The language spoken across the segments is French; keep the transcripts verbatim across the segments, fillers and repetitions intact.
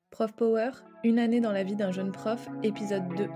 Prof Power, une année dans la vie d'un jeune prof, épisode deux.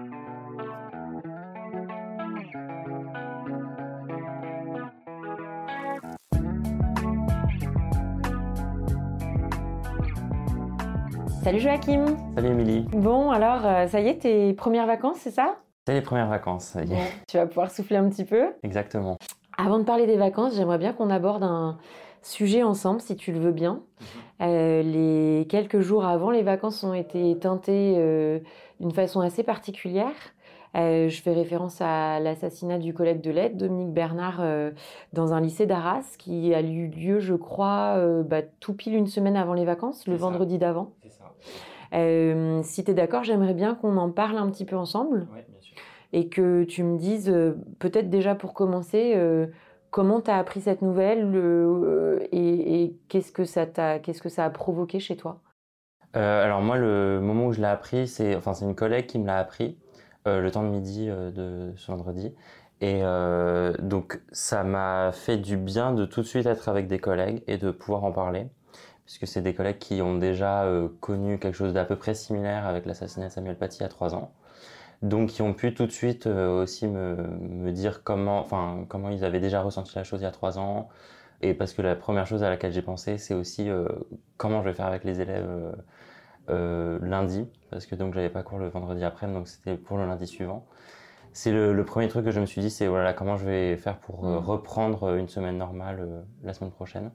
Salut Joachim. Salut Émilie. Bon, alors, euh, ça y est, tes premières vacances, c'est ça? C'est les premières vacances, ça y est. Bon, tu vas pouvoir souffler un petit peu. Exactement. Avant de parler des vacances, j'aimerais bien qu'on aborde un sujet ensemble, si tu le veux bien. Euh, les quelques jours avant, les vacances ont été teintées euh, d'une façon assez particulière. Euh, je fais référence à l'assassinat du collègue de lettres, Dominique Bernard, euh, dans un lycée d'Arras, qui a eu lieu, je crois, euh, bah, tout pile une semaine avant les vacances, le C'est ça. vendredi d'avant. C'est ça. Euh, si tu es d'accord, j'aimerais bien qu'on en parle un petit peu ensemble. Oui, bien sûr. Et que tu me dises, euh, peut-être déjà pour commencer, euh, comment tu as appris cette nouvelle euh, et, et qu'est-ce que ça t'a, qu'est-ce que ça a provoqué chez toi? Euh, alors moi, le moment où je l'ai appris, c'est enfin c'est une collègue qui me l'a appris euh, le temps de midi euh, de ce vendredi. Et euh, donc ça m'a fait du bien de tout de suite être avec des collègues et de pouvoir en parler, puisque c'est des collègues qui ont déjà euh, connu quelque chose d'à peu près similaire avec l'assassinat de Samuel Paty il y a trois ans. Donc qui ont pu tout de suite euh, aussi me, me dire comment, enfin, comment ils avaient déjà ressenti la chose il y a trois ans. Et parce que la première chose à laquelle j'ai pensé, c'est aussi euh, comment je vais faire avec les élèves euh, euh, lundi. Parce que donc j'avais pas cours le vendredi après, donc c'était pour le lundi suivant. C'est le, le premier truc que je me suis dit, c'est voilà, comment je vais faire pour euh, reprendre une semaine normale euh, la semaine prochaine.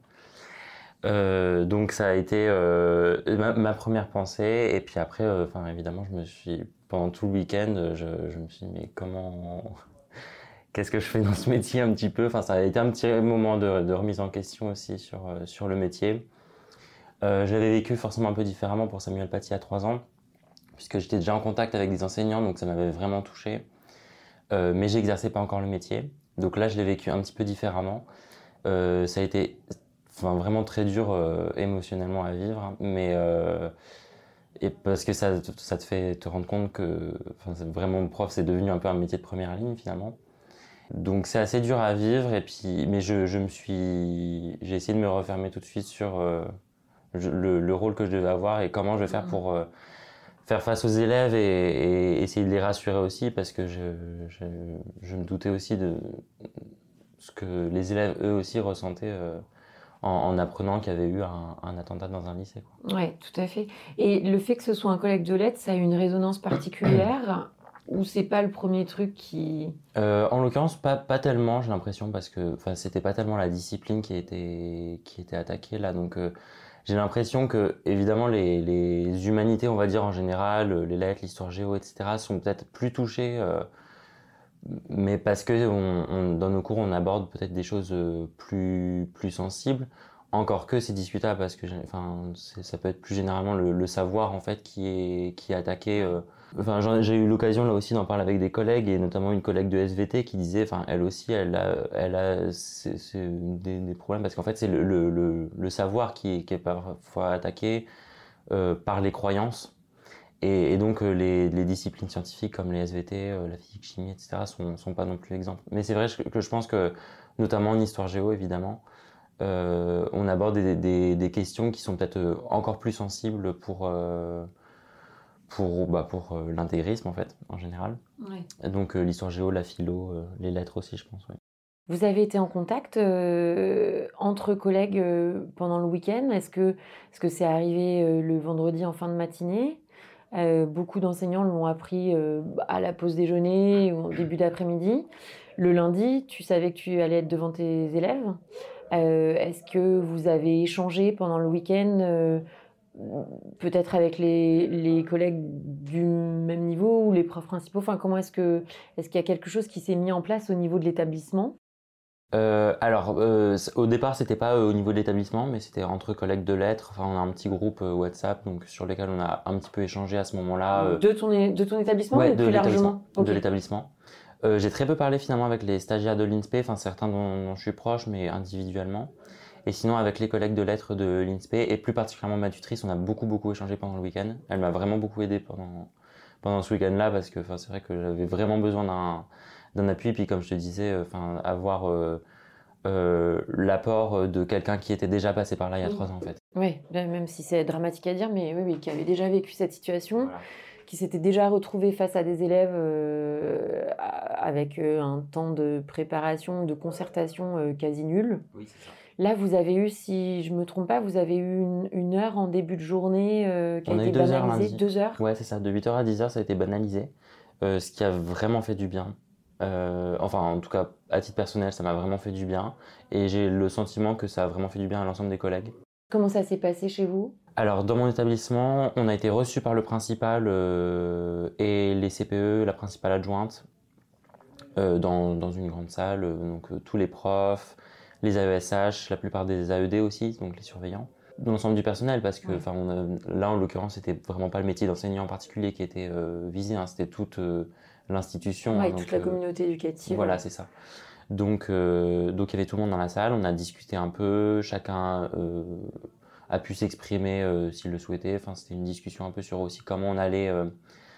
Euh, donc ça a été euh, ma, ma première pensée, et puis après, enfin euh, évidemment, je me suis pendant tout le week-end, je, je me suis dit mais comment, qu'est-ce que je fais dans ce métier un petit peu. Enfin, ça a été un petit moment de, de remise en question aussi sur sur le métier. Euh, je l'avais vécu forcément un peu différemment pour Samuel Paty à trois ans, puisque j'étais déjà en contact avec des enseignants, donc ça m'avait vraiment touché. Euh, mais j'exerçais pas encore le métier, donc là je l'ai vécu un petit peu différemment. Euh, ça a été Enfin, vraiment très dur euh, émotionnellement à vivre, hein, mais euh, et parce que ça, ça te fait te rendre compte que enfin, vraiment prof, c'est devenu un peu un métier de première ligne finalement. Donc c'est assez dur à vivre, et puis mais je, je me suis, j'ai essayé de me refermer tout de suite sur euh, je, le, le rôle que je devais avoir et comment je vais faire pour euh, faire face aux élèves et, et essayer de les rassurer aussi, parce que je, je, je me doutais aussi de ce que les élèves eux aussi ressentaient. Euh, En, en apprenant qu'il y avait eu un, un attentat dans un lycée. Oui, tout à fait. Et le fait que ce soit un collègue de lettres, ça a une résonance particulière ou c'est pas le premier truc qui... Euh, en l'occurrence, pas, pas tellement, j'ai l'impression, parce que c'était pas tellement la discipline qui était, qui était attaquée là. Donc euh, j'ai l'impression que, évidemment, les, les humanités, on va dire en général, les lettres, l'histoire géo, et cetera, sont peut-être plus touchées. Euh, mais parce que on, on, dans nos cours on aborde peut-être des choses plus, plus sensibles, encore que c'est discutable, parce que enfin, ça peut être plus généralement le, le savoir en fait qui est, qui est attaqué. Euh. Enfin, j'ai eu l'occasion là aussi d'en parler avec des collègues, et notamment une collègue de S V T qui disait, enfin elle aussi elle a, elle a c'est, c'est des, des problèmes, parce qu'en fait c'est le, le, le, le savoir qui est, qui est parfois attaqué euh, par les croyances. Et, et donc euh, les, les disciplines scientifiques comme les S V T, euh, la physique, chimie, et cetera sont, sont pas non plus exemples. Mais c'est vrai que, que je pense que, notamment en histoire géo évidemment, euh, on aborde des, des, des questions qui sont peut-être encore plus sensibles pour, euh, pour, bah, pour euh, l'intégrisme en fait, en général. Ouais. Donc euh, l'histoire géo, la philo, euh, les lettres aussi, je pense. Ouais. Vous avez été en contact euh, entre collègues euh, pendant le week-end? Est-ce que, est-ce que c'est arrivé euh, le vendredi en fin de matinée? Euh, beaucoup d'enseignants l'ont appris euh, à la pause déjeuner ou au début d'après-midi. Le lundi, tu savais que tu allais être devant tes élèves. Euh, est-ce que vous avez échangé pendant le week-end, euh, peut-être avec les, les collègues du même niveau ou les profs principaux? Enfin, comment est-ce que, est-ce qu'il y a quelque chose qui s'est mis en place au niveau de l'établissement? Euh, alors, euh, au départ, c'était pas euh, au niveau de l'établissement, mais c'était entre collègues de lettres. Enfin, on a un petit groupe euh, WhatsApp, donc sur lequel on a un petit peu échangé à ce moment-là. Euh... De ton, de ton établissement ouais, ou de plus l'établissement. largement? Okay. De l'établissement. Euh, j'ai très peu parlé finalement avec les stagiaires de l'I N S P E, enfin certains dont, dont je suis proche, mais individuellement. Et sinon, avec les collègues de lettres de l'I N S P E, et plus particulièrement ma tutrice, on a beaucoup beaucoup échangé pendant le week-end. Elle m'a vraiment beaucoup aidé pendant pendant ce week-end-là, parce que c'est vrai que j'avais vraiment besoin d'un d'un appui. Puis comme je te disais, enfin euh, avoir euh, Euh, l'apport de quelqu'un qui était déjà passé par là il y a trois ans en fait. Oui, même si c'est dramatique à dire, mais oui, oui, qui avait déjà vécu cette situation, Voilà. qui s'était déjà retrouvé face à des élèves euh, avec euh, un temps de préparation, de concertation euh, quasi nul. Oui, c'est ça. Là, vous avez eu, si je ne me trompe pas, vous avez eu une, une heure en début de journée euh, qui On a a été eu deux heures banalisée. lundi. Deux heures. Ouais, c'est ça. De huit heures à dix heures, ça a été banalisé, euh, ce qui a vraiment fait du bien. Euh, enfin, en tout cas, à titre personnel, ça m'a vraiment fait du bien. Et j'ai le sentiment que ça a vraiment fait du bien à l'ensemble des collègues. Comment ça s'est passé chez vous? Alors, dans mon établissement, on a été reçus par le principal euh, et les C P E, la principale adjointe, euh, dans, dans une grande salle. euh, donc, euh, tous les profs, les A E S H, la plupart des A E D aussi, donc les surveillants. L'ensemble du personnel, parce que Ouais. enfin, on a- là, en l'occurrence, c'était vraiment pas le métier d'enseignant en particulier qui était euh, visé, hein, c'était toute euh, l'institution. Ouais, hein, toute donc, la euh, communauté éducative. Voilà, ouais. c'est ça. Donc, euh, donc, il y avait tout le monde dans la salle, on a discuté un peu, chacun euh, a pu s'exprimer euh, s'il le souhaitait. Enfin, c'était une discussion un peu sur aussi comment on allait euh,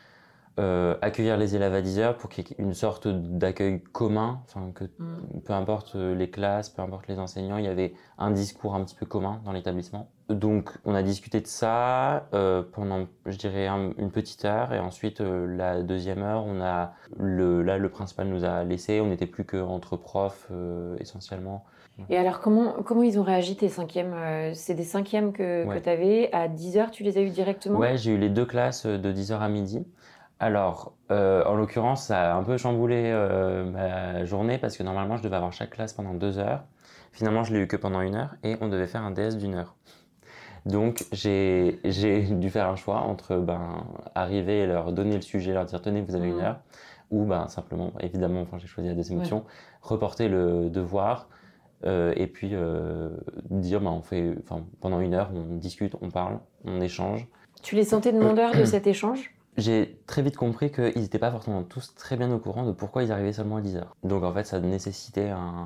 euh, accueillir les élèves à dix heures pour qu'il y ait une sorte d'accueil commun, enfin, que Mm. peu importe les classes, peu importe les enseignants, il y avait un discours un petit peu commun dans l'établissement. Donc, on a discuté de ça euh, pendant, je dirais, un- une petite heure, et ensuite, euh, la deuxième heure, on a le, là, le principal nous a laissé, on n'était plus qu'entre profs euh, essentiellement. Et alors, comment, comment ils ont réagi tes cinquièmes euh, C'est des cinquièmes que, Ouais. que tu avais. À dix heures, tu les as eu directement? Ouais, j'ai eu les deux classes de dix heures à midi. Alors, euh, en l'occurrence, ça a un peu chamboulé euh, ma journée parce que normalement, je devais avoir chaque classe pendant deux heures. Finalement, je l'ai eu que pendant une heure et on devait faire un D S d'une heure. Donc, j'ai j'ai dû faire un choix entre ben, arriver et leur donner le sujet, leur dire tenez, vous avez une Mhm. heure, ou ben, simplement, évidemment, enfin, j'ai choisi la deuxième Ouais. option, reporter le devoir euh, et puis euh, dire ben, on fait, enfin, pendant une heure, on discute, on parle, on échange. Tu les sentais demandeurs de cet échange? J'ai très vite compris qu'ils n'étaient pas forcément tous très bien au courant de pourquoi ils arrivaient seulement à dix heures. Donc en fait, ça nécessitait un,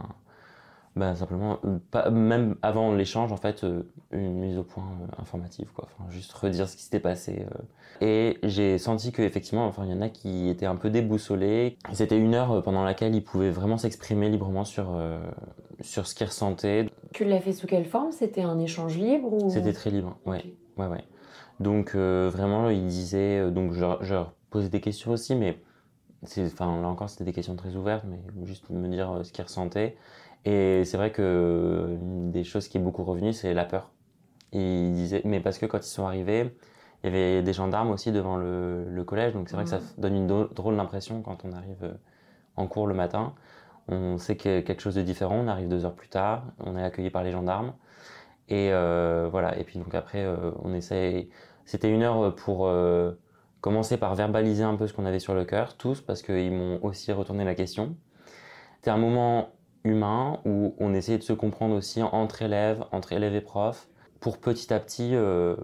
bah, simplement, euh, pas, même avant l'échange, en fait, euh, une mise au point euh, informative, quoi. Enfin, juste redire ce qui s'était passé. euh. Et j'ai senti qu'effectivement, enfin, il y en a qui étaient un peu déboussolés. C'était une heure euh, pendant laquelle ils pouvaient vraiment s'exprimer librement sur, euh, sur ce qu'ils ressentaient. Tu l'as fait sous quelle forme? C'était un échange libre ou... C'était très libre, ouais. Ok. Ouais, ouais. Donc euh, vraiment, ils disaient, euh, donc je, je leur posais des questions aussi, mais c'est, enfin, là encore, c'était des questions très ouvertes, mais juste me dire euh, ce qu'ils ressentaient. Et c'est vrai que euh, une des choses qui est beaucoup revenue, c'est la peur. Ils disaient, mais parce que quand ils sont arrivés, il y avait des gendarmes aussi devant le, le collège, donc c'est vrai que ça Mhm. donne une do- drôle d'impression quand on arrive euh, en cours le matin. On sait qu'il y a quelque chose de différent, on arrive deux heures plus tard, on est accueilli par les gendarmes. Et euh, voilà, et puis donc après, euh, on essaie. C'était une heure pour euh, commencer par verbaliser un peu ce qu'on avait sur le cœur, tous, parce qu'ils m'ont aussi retourné la question. C'était un moment humain où on essayait de se comprendre aussi entre élèves, entre élèves et profs, pour petit à petit, euh,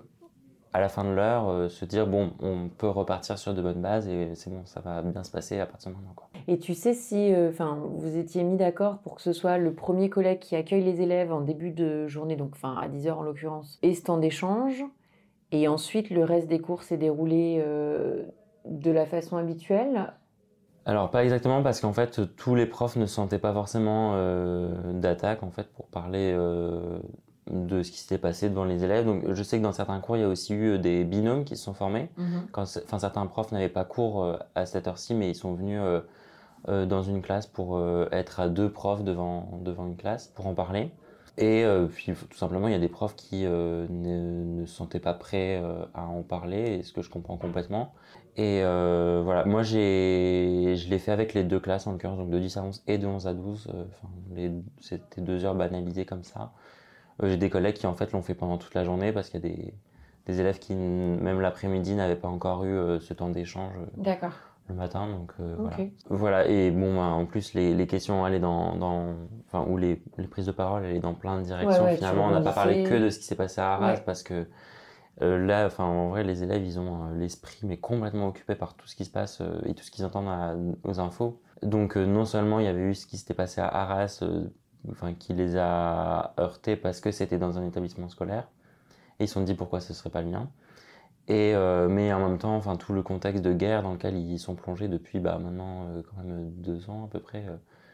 à la fin de l'heure, euh, se dire bon, on peut repartir sur de bonnes bases et c'est bon, ça va bien se passer à partir de maintenant, quoi. Et tu sais si enfin, vous étiez mis d'accord pour que ce soit le premier collègue qui accueille les élèves en début de journée, donc enfin, à dix heures en l'occurrence, et ce temps d'échange, et ensuite le reste des cours s'est déroulé euh, de la façon habituelle? Alors pas exactement parce qu'en fait tous les profs ne sentaient pas forcément euh, d'attaque en fait pour parler euh, de ce qui s'était passé devant les élèves. Donc je sais que dans certains cours il y a aussi eu des binômes qui se sont formés. Mhm. Quand, enfin certains profs n'avaient pas cours euh, à cette heure-ci mais ils sont venus euh, euh, dans une classe pour euh, être à deux profs devant, devant une classe pour en parler. Et euh, puis tout simplement, il y a des profs qui euh, ne, ne se sentaient pas prêts euh, à en parler, et ce que je comprends complètement. Et euh, voilà, moi j'ai, je l'ai fait avec les deux classes en l'occurrence, donc de dix à onze et de onze à douze. Euh, enfin, les- c'était deux heures banalisées comme ça. Euh, j'ai des collègues qui en fait l'ont fait pendant toute la journée parce qu'il y a des, des élèves qui, même l'après-midi, n'avaient pas encore eu euh, ce temps d'échange. euh, D'accord. le matin, donc euh, Ok. voilà. Voilà, et bon, bah, en plus, les, les questions allaient dans, dans, enfin, ou les, les prises de parole allaient dans plein de directions. Ouais, ouais, tu Finalement, on n'a pas parlé rebondissais. que de ce qui s'est passé à Arras, Ouais. parce que euh, là, enfin, en vrai, les élèves, ils ont euh, l'esprit, mais complètement occupé par tout ce qui se passe euh, et tout ce qu'ils entendent à- aux infos. Donc, euh, non seulement il y avait eu ce qui s'était passé à Arras, euh, enfin, qui les a heurtés parce que c'était dans un établissement scolaire, et ils se sont dit pourquoi ce serait pas le mien. Et, euh, mais en même temps, enfin, tout le contexte de guerre dans lequel ils sont plongés depuis bah, maintenant euh, quand même deux ans à peu près, euh,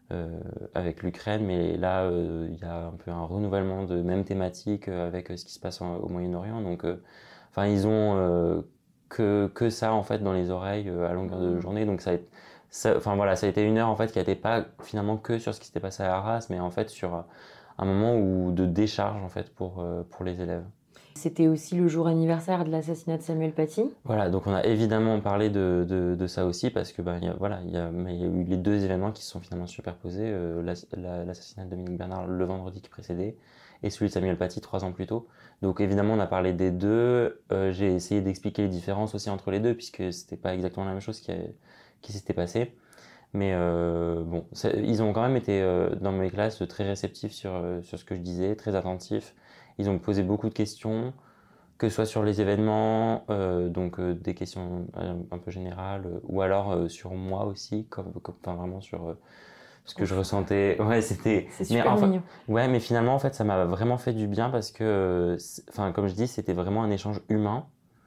euh, avec l'Ukraine, mais là, euh, il y a un peu un renouvellement de même thématique euh, avec euh, ce qui se passe en- au Moyen-Orient. Donc, euh, enfin, ils ont euh, que, que ça en fait dans les oreilles euh, à longueur de journée. Donc, ça a, été- ça, enfin voilà, ça a été une heure en fait qui n'était pas finalement que sur ce qui s'était passé à Arras, mais en fait sur euh, un moment où de décharge en fait pour euh, pour les élèves. C'était aussi le jour anniversaire de l'assassinat de Samuel Paty. Voilà, donc on a évidemment parlé de, de, de ça aussi parce que bah, il y a, voilà, il y a, mais il y a eu les deux événements qui se sont finalement superposés, euh, l'ass- la- l'assassinat de Dominique Bernard le vendredi qui précédait et celui de Samuel Paty trois ans plus tôt. Donc évidemment on a parlé des deux, euh, j'ai essayé d'expliquer les différences aussi entre les deux puisque c'était pas exactement la même chose qui, a- qui s'était passé. Mais euh, bon, ça- ils ont quand même été euh, dans mes classes très réceptifs sur, euh, sur ce que je disais, très attentifs. Ils ont posé beaucoup de questions que ce soit sur les événements, euh, donc euh, des questions euh, un peu générales, euh, ou alors euh, sur moi aussi, comme, comme enfin, vraiment sur euh, ce que je ressentais. Ouais, c'était. C'est Mais super enfin, mignon. ouais, mais finalement, en fait, ça m'a vraiment fait du bien parce que, euh, c'est- enfin, comme je dis, c'était vraiment un échange humain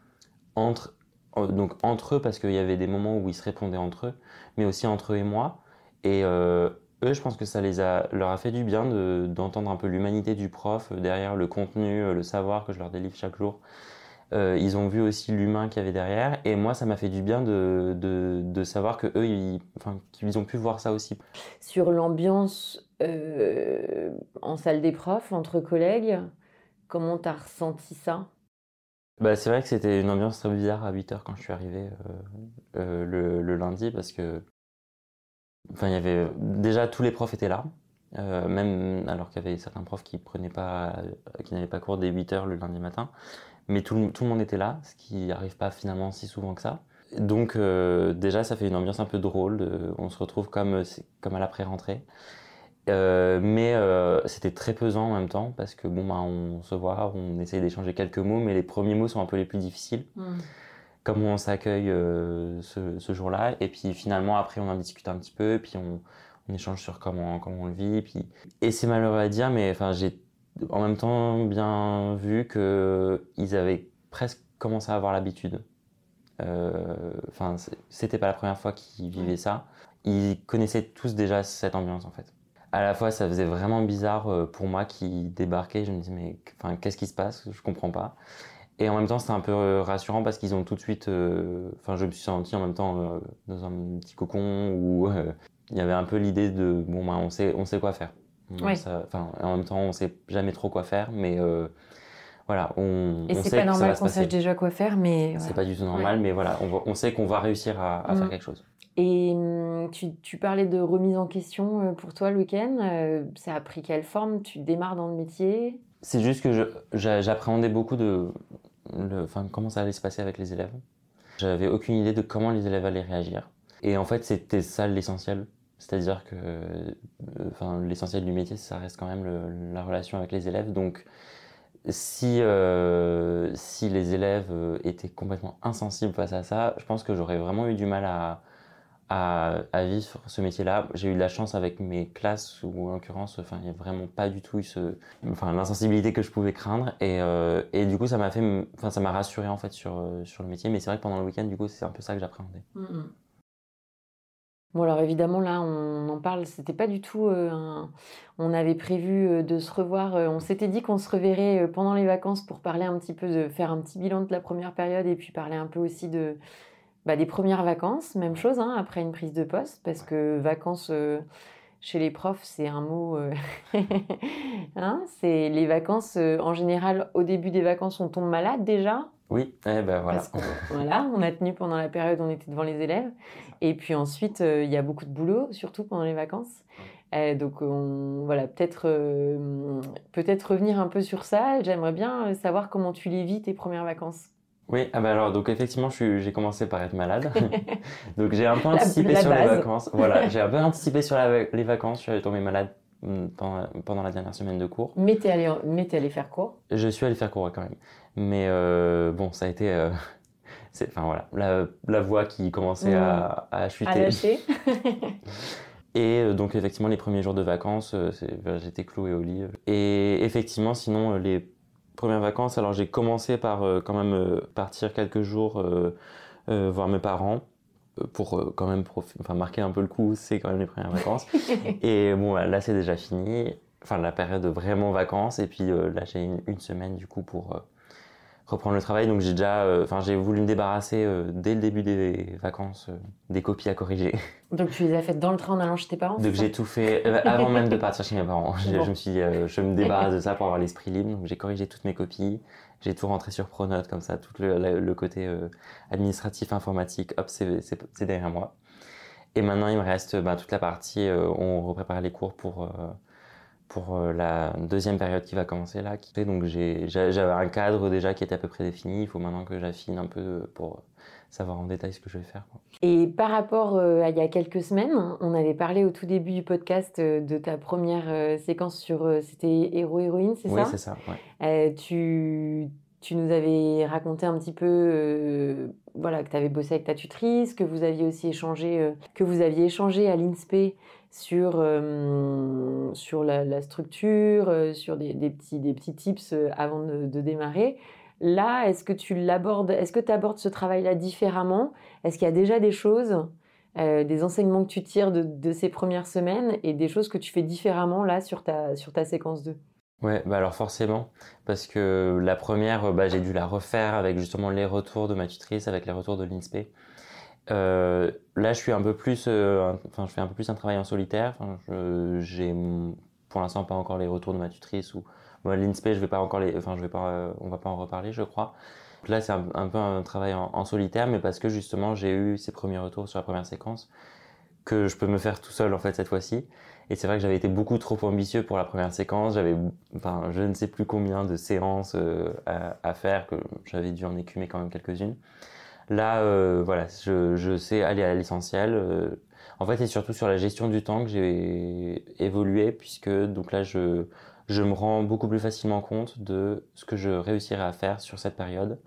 entre, euh, donc entre eux parce qu'il y avait des moments où ils se répondaient entre eux, mais aussi entre eux et moi. Et euh, eux, je pense que ça les a, leur a fait du bien de, d'entendre un peu l'humanité du prof euh, derrière le contenu, euh, le savoir que je leur délivre chaque jour. Euh, ils ont vu aussi l'humain qu'il y avait derrière, et moi, ça m'a fait du bien de, de, de savoir que eux, ils, enfin, qu'ils ont pu voir ça aussi. Sur l'ambiance euh, en salle des profs, entre collègues, comment t'as ressenti ça? Bah, c'est vrai que c'était une ambiance très bizarre à huit heures quand je suis arrivé euh, euh, le, le lundi, parce que, enfin, il y avait déjà tous les profs étaient là, euh, même alors qu'il y avait certains profs qui prenaient pas, qui n'avaient pas cours dès huit heures le lundi matin, mais tout, le- tout le monde était là, ce qui n'arrive pas finalement si souvent que ça. Donc euh, déjà, ça fait une ambiance un peu drôle. De- on se retrouve comme, comme à l'après-rentrée. Euh, mais euh, c'était très pesant en même temps parce que bon, bah, on se voit, on essaye d'échanger quelques mots, mais les premiers mots sont un peu les plus difficiles. Mm. Comment on s'accueille euh, ce, ce jour-là, et puis finalement après on en discute un petit peu, puis on, on échange sur comment, comment on le vit. Puis... Et c'est malheureux à dire, mais enfin, j'ai en même temps bien vu qu'ils avaient presque commencé à avoir l'habitude. Euh, Enfin, c'est- c'était pas la première fois qu'ils vivaient ça. Ils connaissaient tous déjà cette ambiance en fait. À la fois, ça faisait vraiment bizarre euh, pour moi qui débarquais. Je me disais, mais enfin, qu'est-ce qui se passe? Je comprends pas. Et en même temps, c'était un peu euh, rassurant parce qu'ils ont tout de suite. euh, Enfin, je me suis senti en même temps euh, dans un petit cocon où euh, il y avait un peu l'idée de bon, bah, on sait, on sait quoi faire. On- Oui. ça- Enfin, en même temps, on sait jamais trop quoi faire, mais euh, voilà, on, Et on c'est sait pas que ça va normal se qu'on sache passer. déjà quoi faire, mais C'est voilà. pas du tout normal, Ouais. mais voilà, on, va- on sait qu'on va réussir à, à faire Mm. quelque chose. Et hum, tu, tu parlais de remise en question euh, pour toi le week-end. euh, ça a pris quelle forme? Tu démarres dans le métier? C'est juste que je- j'a- j'appréhendais beaucoup de le, enfin, comment ça allait se passer avec les élèves. J'avais aucune idée de comment les élèves allaient réagir. Et en fait, c'était ça l'essentiel. C'est-à-dire que euh, enfin, l'essentiel du métier, ça reste quand même le- la relation avec les élèves. Donc, si, euh, si les élèves euh, étaient complètement insensibles face à ça, je pense que j'aurais vraiment eu du mal à, à, à vivre ce métier-là. J'ai eu de la chance avec mes classes où, en l'occurrence, enfin, il n'y a vraiment pas du tout eu ce, enfin, l'insensibilité que je pouvais craindre. Et, euh, et du coup, ça m'a fait, m- enfin, ça m'a rassuré en fait sur, euh, sur le métier. Mais c'est vrai que pendant le week-end, du coup, c'est un peu ça que j'appréhendais. Mm. Bon, alors évidemment, là, on en parle, c'était pas du tout euh, un... On avait prévu euh, de se revoir, euh, on s'était dit qu'on se reverrait euh, pendant les vacances pour parler un petit peu, de faire un petit bilan de la première période et puis parler un peu aussi de, bah, des premières vacances. Même chose, hein, après une prise de poste, parce que vacances euh, chez les profs, c'est un mot... euh, hein, c'est les vacances, euh, en général, au début des vacances, on tombe malade déjà. Oui, eh ben voilà. Parce qu'on voilà, on a tenu pendant la période où on était devant les élèves. Et puis ensuite, euh, il y a beaucoup de boulot, surtout pendant les vacances. Euh, donc, on, voilà, peut-être euh, peut-être revenir un peu sur ça. J'aimerais bien savoir comment tu les vis, tes premières vacances. Oui, ah bah alors, donc effectivement, je suis- j'ai commencé par être malade. Donc j'ai un peu La- anticipé la sur les base. vacances. Voilà, j'ai un peu anticipé sur la- les vacances. Je suis tombé malade mm, pendant, pendant la dernière semaine de cours. Mais t'es allé, mais t'es allé faire cours. Je suis allé faire cours ouais, quand même. Mais euh, bon, ça a été. euh, c'est, enfin voilà, la, la voix qui commençait à, à chuter. À lâcher. Et euh, donc effectivement, les premiers jours de vacances, euh, c'est- ben, j'étais cloué au lit. Et effectivement, sinon, euh, les premières vacances, alors j'ai commencé par euh, quand même euh, partir quelques jours euh, euh, voir mes parents. pour euh, quand même profi- enfin, marquer un peu le coup, c'est quand même les premières vacances. Et bon, là, c'est déjà fini. Enfin, la période de vraiment vacances. Et puis euh, là, j'ai une, une semaine du coup pour euh, reprendre le travail. Donc j'ai déjà, euh, enfin, j'ai voulu me débarrasser euh, dès le début des vacances euh, des copies à corriger. Donc tu les as faites dans le train en allant chez tes parents, Donc c'est ça? j'ai tout fait euh, avant même de partir chez mes parents. Je, Bon. je me suis dit, euh, je me débarrasse de ça pour avoir l'esprit libre. Donc j'ai corrigé toutes mes copies. J'ai tout rentré sur Pronote comme ça, tout le, le, le côté euh, administratif, informatique. Hop, c'est, c'est, c'est derrière moi. Et maintenant, il me reste bah, toute la partie, euh, on reprépare les cours pour, euh, pour euh, la deuxième période qui va commencer là. Qui... Donc j'ai, j'avais un cadre déjà qui était à peu près défini. Il faut maintenant que j'affine un peu pour savoir en détail ce que je vais faire, quoi. Et par rapport euh, à il y a quelques semaines, on avait parlé au tout début du podcast euh, de ta première euh, séquence sur, euh, c'était héros-héroïne, c'est Oui, ça? c'est ça, ouais. Euh, tu, tu nous avais raconté un petit peu euh, voilà, que tu avais bossé avec ta tutrice, que vous aviez aussi échangé, euh, que vous aviez échangé à l'INSPE sur, euh, sur la, la structure, euh, sur des, des, petits, des petits tips euh, avant de, de démarrer. Là, est-ce que tu l'abordes, est-ce que tu abordes ce travail-là différemment? Est-ce qu'il y a déjà des choses, euh, des enseignements que tu tires de, de ces premières semaines et des choses que tu fais différemment là sur ta, sur ta séquence deux? Ouais, bah alors forcément, parce que la première, bah, j'ai dû la refaire avec justement les retours de ma tutrice, avec les retours de l'INSPE. Euh, là, je suis un peu plus, euh, un- enfin, je fais un peu plus un travail en solitaire. Enfin, je, j'ai, pour l'instant, pas encore les retours de ma tutrice ou moi, l'INSPE, je vais pas encore les, enfin, je vais pas, euh, on va pas en reparler, je crois. Donc là, c'est un, un peu un travail en, en solitaire, mais parce que justement, j'ai eu ces premiers retours sur la première séquence que je peux me faire tout seul en fait cette fois-ci. Et c'est vrai que j'avais été beaucoup trop ambitieux pour la première séquence. J'avais, enfin, je ne sais plus combien de séances euh, à, à faire, que j'avais dû en écumer quand même quelques-unes. Là, euh, voilà, je, je sais aller à l'essentiel. Euh, en fait, c'est surtout sur la gestion du temps que j'ai évolué, puisque donc là, je, je me rends beaucoup plus facilement compte de ce que je réussirai à faire sur cette période.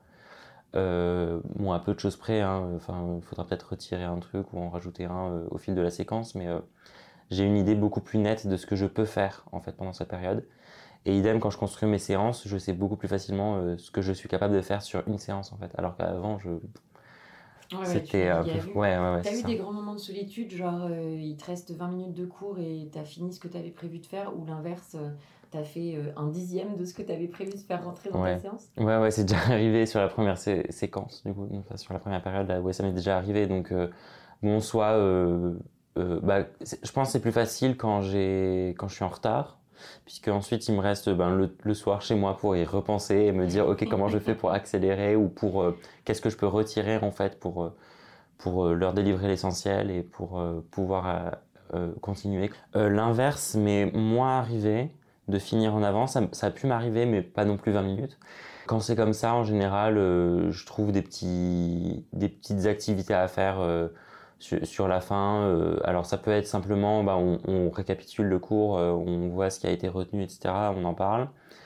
Euh, bon, à peu de choses près, hein. Enfin, il faudra peut-être retirer un truc ou en rajouter un euh, au fil de la séquence, mais euh, j'ai une idée beaucoup plus nette de ce que je peux faire en fait pendant cette période. Et idem, quand je construis mes séances, je sais beaucoup plus facilement euh, ce que je suis capable de faire sur une séance en fait. Alors qu'avant, je... Ouais, c'était un peu... Ouais, ouais, ouais, T'as c'est eu ça. des grands moments de solitude, genre euh, il te reste vingt minutes de cours et t'as fini ce que t'avais prévu de faire, ou l'inverse, euh, t'as fait euh, un dixième de ce que t'avais prévu de faire rentrer dans Ouais. ta séance? Ouais, ouais, c'est déjà arrivé sur la première sé- séquence, du coup, enfin, sur la première période, là, ouais, ça m'est déjà arrivé. Donc, euh, bon, soit, euh, euh, bah, c'est- je pense que c'est plus facile quand j'ai, quand je suis en retard, puisque ensuite il me reste ben, le, le soir chez moi pour y repenser et me dire, ok, comment je fais pour accélérer ou pour euh, qu'est-ce que je peux retirer en fait pour euh, pour euh, leur délivrer l'essentiel et pour euh, pouvoir euh, euh, continuer. Euh, l'inverse m'est moins arrivé de finir en avance, ça, ça a pu m'arriver mais pas non plus vingt minutes. Quand c'est comme ça, en général, euh, je trouve des, petits, des petites activités à faire euh, sur, sur la fin. Euh, alors ça peut être simplement, bah, on, on récapitule le cours, euh, on voit ce qui a été retenu, et cetera. On en parle.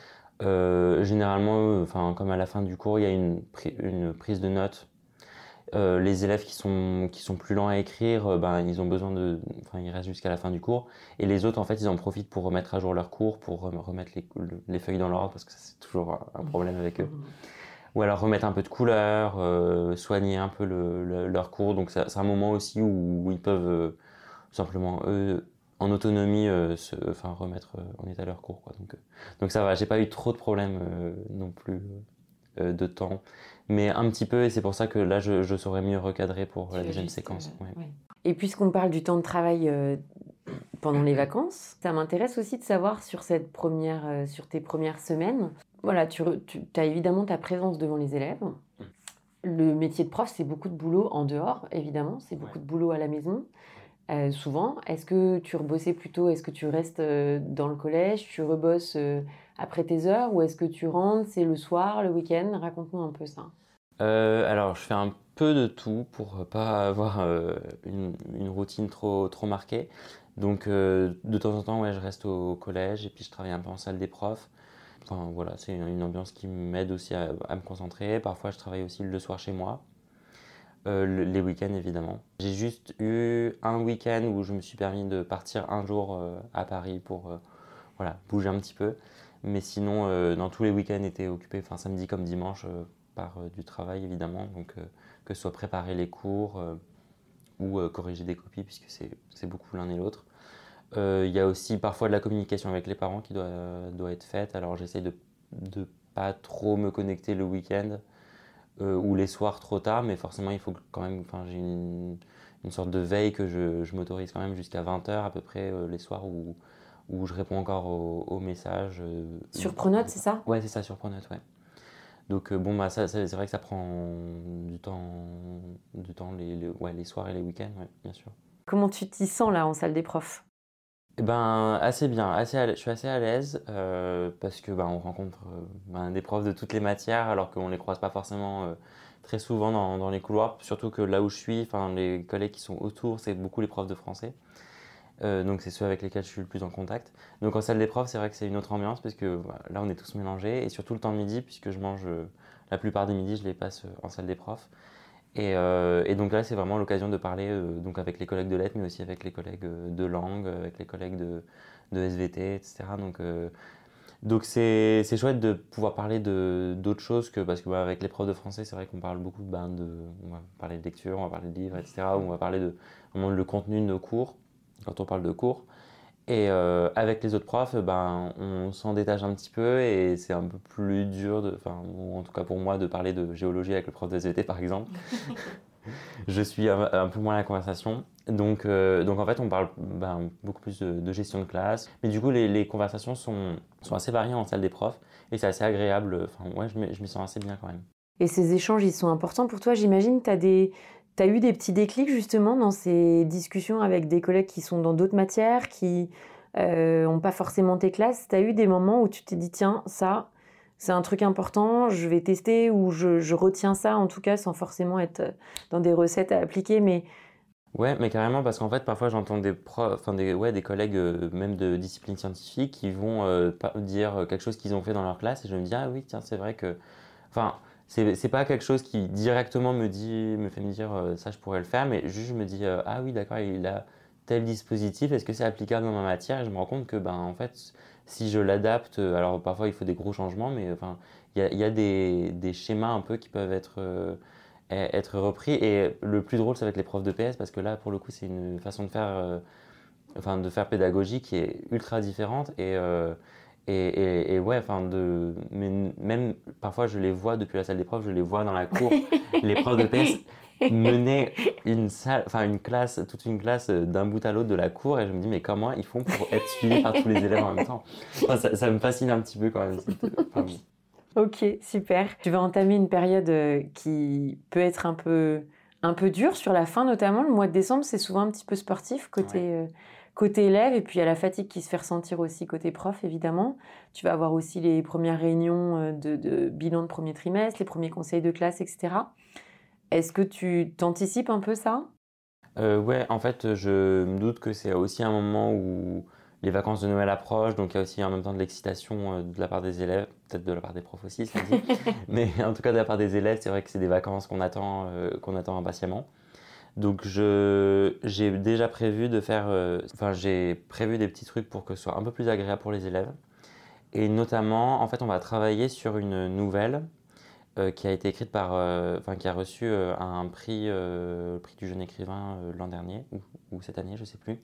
Euh, généralement, enfin, comme à la fin du cours, il y a une, pri- une prise de notes. Euh, les élèves qui sont, qui sont plus lents à écrire, euh, ben, ils ont besoin de, enfin, ils restent jusqu'à la fin du cours. Et les autres, en fait, ils en profitent pour remettre à jour leur cours, pour remettre les, les feuilles dans l'ordre, parce que ça, c'est toujours un problème avec eux. Ou alors remettre un peu de couleur, euh, soigner un peu le, le, leur cours. Donc c'est un moment aussi où, où ils peuvent euh, simplement, eux, en autonomie, euh, se, enfin, remettre en état leur cours, quoi. Donc, euh, donc ça va, j'ai pas eu trop de problèmes euh, non plus euh, de temps. Mais un petit peu, et c'est pour ça que là, je, je saurais mieux recadrer pour Tu la deuxième ajustes, séquence. euh, Ouais. ouais. Et puisqu'on parle du temps de travail euh, pendant les vacances, ça m'intéresse aussi de savoir sur, cette première, euh, sur tes premières semaines. Voilà, tu, tu as évidemment ta présence devant les élèves. Le métier de prof, c'est beaucoup de boulot en dehors, évidemment. C'est beaucoup Ouais. de boulot à la maison. Euh, souvent, est-ce que tu rebossais plutôt, est-ce que tu restes euh, dans le collège, tu rebosses euh, après tes heures, ou est-ce que tu rentres, c'est le soir, le week-end? Raconte-nous un peu ça. Euh, alors, je fais un peu de tout pour pas avoir euh, une, une routine trop, trop marquée. Donc, euh, de temps en temps, ouais, je reste au collège et puis je travaille un peu en salle des profs. Enfin, voilà, c'est une ambiance qui m'aide aussi à, à me concentrer. Parfois, je travaille aussi le soir chez moi. Euh, le- les week-ends, évidemment. J'ai juste eu un week-end où je me suis permis de partir un jour euh, à Paris pour euh, voilà, bouger un petit peu. Mais sinon, euh, dans tous les week-ends étaient occupés, enfin samedi comme dimanche, euh, par euh, du travail évidemment. Donc euh, que ce soit préparer les cours, euh, ou euh, corriger des copies, puisque c'est, c'est beaucoup l'un et l'autre. Il euh, y a aussi parfois de la communication avec les parents qui doit, doit être faite. Alors j'essaye de ne pas trop me connecter le week-end euh, ou les soirs trop tard, mais forcément il faut quand même, enfin j'ai une, une sorte de veille que je, je m'autorise quand même jusqu'à vingt heures à peu près euh, les soirs où, où je réponds encore aux, aux messages. Euh, sur Pronote, c'est ça? Ouais, c'est ça, sur Pronote, ouais. Donc euh, bon, bah, ça, ça, c'est vrai que ça prend du temps, du temps les, les, ouais, les soirs et les week-ends, ouais, bien sûr. Comment tu t'y sens là en salle des profs? Eh ben, assez bien, assez à l'aise. Je suis assez à l'aise euh, parce que ben, on rencontre euh, ben, des profs de toutes les matières alors qu'on ne les croise pas forcément euh, très souvent dans, dans les couloirs. Surtout que là où je suis, les collègues qui sont autour, c'est beaucoup les profs de français. Euh, donc c'est ceux avec lesquels je suis le plus en contact. Donc en salle des profs, c'est vrai que c'est une autre ambiance parce que voilà, là on est tous mélangés et surtout le temps de midi puisque je mange euh, la plupart des midis, je les passe euh, en salle des profs. Et, euh, et donc là, c'est vraiment l'occasion de parler euh, donc avec les collègues de lettres, mais aussi avec les collègues euh, de langue, avec les collègues de, de S V T, et cetera. Donc, euh, donc c'est, c'est chouette de pouvoir parler de, d'autres choses que parce que bah, avec les profs de français, c'est vrai qu'on parle beaucoup ben, de, on va parler de lecture, on va parler de livres, et cetera. Ou on va parler de vraiment le contenu de nos cours quand on parle de cours. Et euh, avec les autres profs, ben, on s'en détache un petit peu et c'est un peu plus dur, de, enfin, ou en tout cas pour moi, de parler de géologie avec le prof de S V T par exemple. Je suis un, un peu moins à la conversation. Donc, euh, donc en fait, on parle ben, beaucoup plus de, de gestion de classe. Mais du coup, les, les conversations sont, sont assez variées en salle des profs et c'est assez agréable. Enfin, ouais, je m'y, je m'y sens assez bien quand même. Et ces échanges, ils sont importants pour toi, j'imagine. Tu as des... T'as eu des petits déclics justement dans ces discussions avec des collègues qui sont dans d'autres matières, qui n'ont euh, pas forcément tes classes. Tu as eu des moments où tu t'es dit, tiens, ça, c'est un truc important, je vais tester, ou je, je retiens ça en tout cas sans forcément être dans des recettes à appliquer. Mais... Ouais, mais carrément, parce qu'en fait, parfois j'entends des, profs, enfin, des, ouais, des collègues, euh, même de discipline scientifique, qui vont euh, dire quelque chose qu'ils ont fait dans leur classe et je me dis, ah oui, tiens, c'est vrai que. Enfin, C'est, c'est pas quelque chose qui directement me, dit, me fait me dire euh, ça je pourrais le faire, mais juste je me dis euh, ah oui d'accord il a tel dispositif, est-ce que c'est applicable dans ma matière? Et je me rends compte que ben en fait si je l'adapte, alors parfois il faut des gros changements, mais enfin il y a, y a des, des schémas un peu qui peuvent être, euh, être repris. Et le plus drôle c'est avec les profs de P S parce que là pour le coup c'est une façon de faire, euh, enfin de faire pédagogie qui est ultra différente et euh, Et, et, et ouais, enfin de, mais même parfois je les vois depuis la salle des profs, je les vois dans la cour, les profs de P S mener une salle, enfin une classe, toute une classe d'un bout à l'autre de la cour, et je me dis mais comment ils font pour être suivis par tous les élèves en même temps? Enfin, ça, ça me fascine un petit peu quand même. Enfin, bon. Ok, super. Tu vas entamer une période qui peut être un peu, un peu dure sur la fin notamment. Le mois de décembre, c'est souvent un petit peu sportif côté... Ouais. Euh, Côté élève, et puis il y a la fatigue qui se fait ressentir aussi côté prof, évidemment. Tu vas avoir aussi les premières réunions de, de bilan de premier trimestre, les premiers conseils de classe, et cetera. Est-ce que tu t'anticipes un peu ça? euh, Ouais, en fait, je me doute que c'est aussi un moment où les vacances de Noël approchent, donc il y a aussi en même temps de l'excitation de la part des élèves, peut-être de la part des profs aussi, ça dit. Mais en tout cas de la part des élèves, c'est vrai que c'est des vacances qu'on attend, euh, qu'on attend impatiemment. Donc je, j'ai déjà prévu de faire, euh, enfin j'ai prévu des petits trucs pour que ce soit un peu plus agréable pour les élèves. Et notamment, en fait, on va travailler sur une nouvelle euh, qui a été écrite par, euh, enfin qui a reçu euh, un prix, euh, le prix du jeune écrivain euh, l'an dernier ou, ou cette année, je sais plus.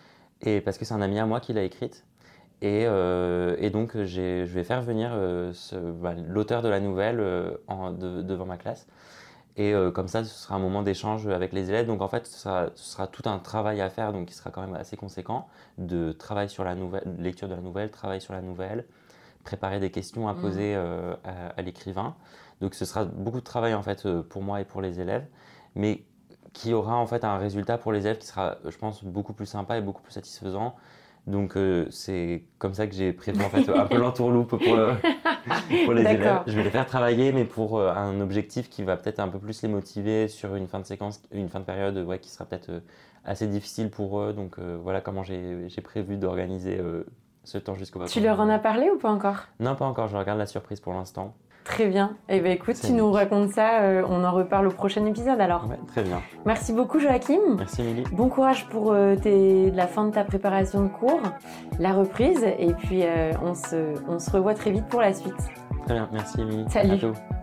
Et parce que c'est un ami à moi qui l'a écrite. Et, euh, et donc j'ai, je vais faire venir euh, ce, bah, l'auteur de la nouvelle euh, en, de, devant ma classe. Et euh, comme ça, ce sera un moment d'échange avec les élèves. Donc en fait, ce sera, ce sera tout un travail à faire, donc qui sera quand même assez conséquent, de travail sur la nouvelle, lecture de la nouvelle, travail sur la nouvelle, préparer des questions à poser euh, à, à l'écrivain. Donc ce sera beaucoup de travail en fait pour moi et pour les élèves, mais qui aura en fait un résultat pour les élèves qui sera, je pense, beaucoup plus sympa et beaucoup plus satisfaisant. Donc euh, c'est comme ça que j'ai prévu en fait un peu l'entourloupe pour, euh, pour les D'accord. élèves. Je vais les faire travailler, mais pour euh, un objectif qui va peut-être un peu plus les motiver sur une fin de séquence, une fin de période ouais, qui sera peut-être euh, assez difficile pour eux. Donc euh, voilà comment j'ai, j'ai prévu d'organiser euh, ce temps jusqu'au vacances. Tu leur en as parlé ou pas encore? Non, pas encore. Je regarde la surprise pour l'instant. Très bien. Eh bien, écoute, C'est tu bien. nous racontes ça, euh, on en reparle au prochain épisode alors. Ouais, très bien. Merci beaucoup, Joachim. Merci, Émilie. Bon courage pour euh, tes, la fin de ta préparation de cours, la reprise, et puis euh, on, se, on se revoit très vite pour la suite. Très bien. Merci, Émilie. Salut. À bientôt.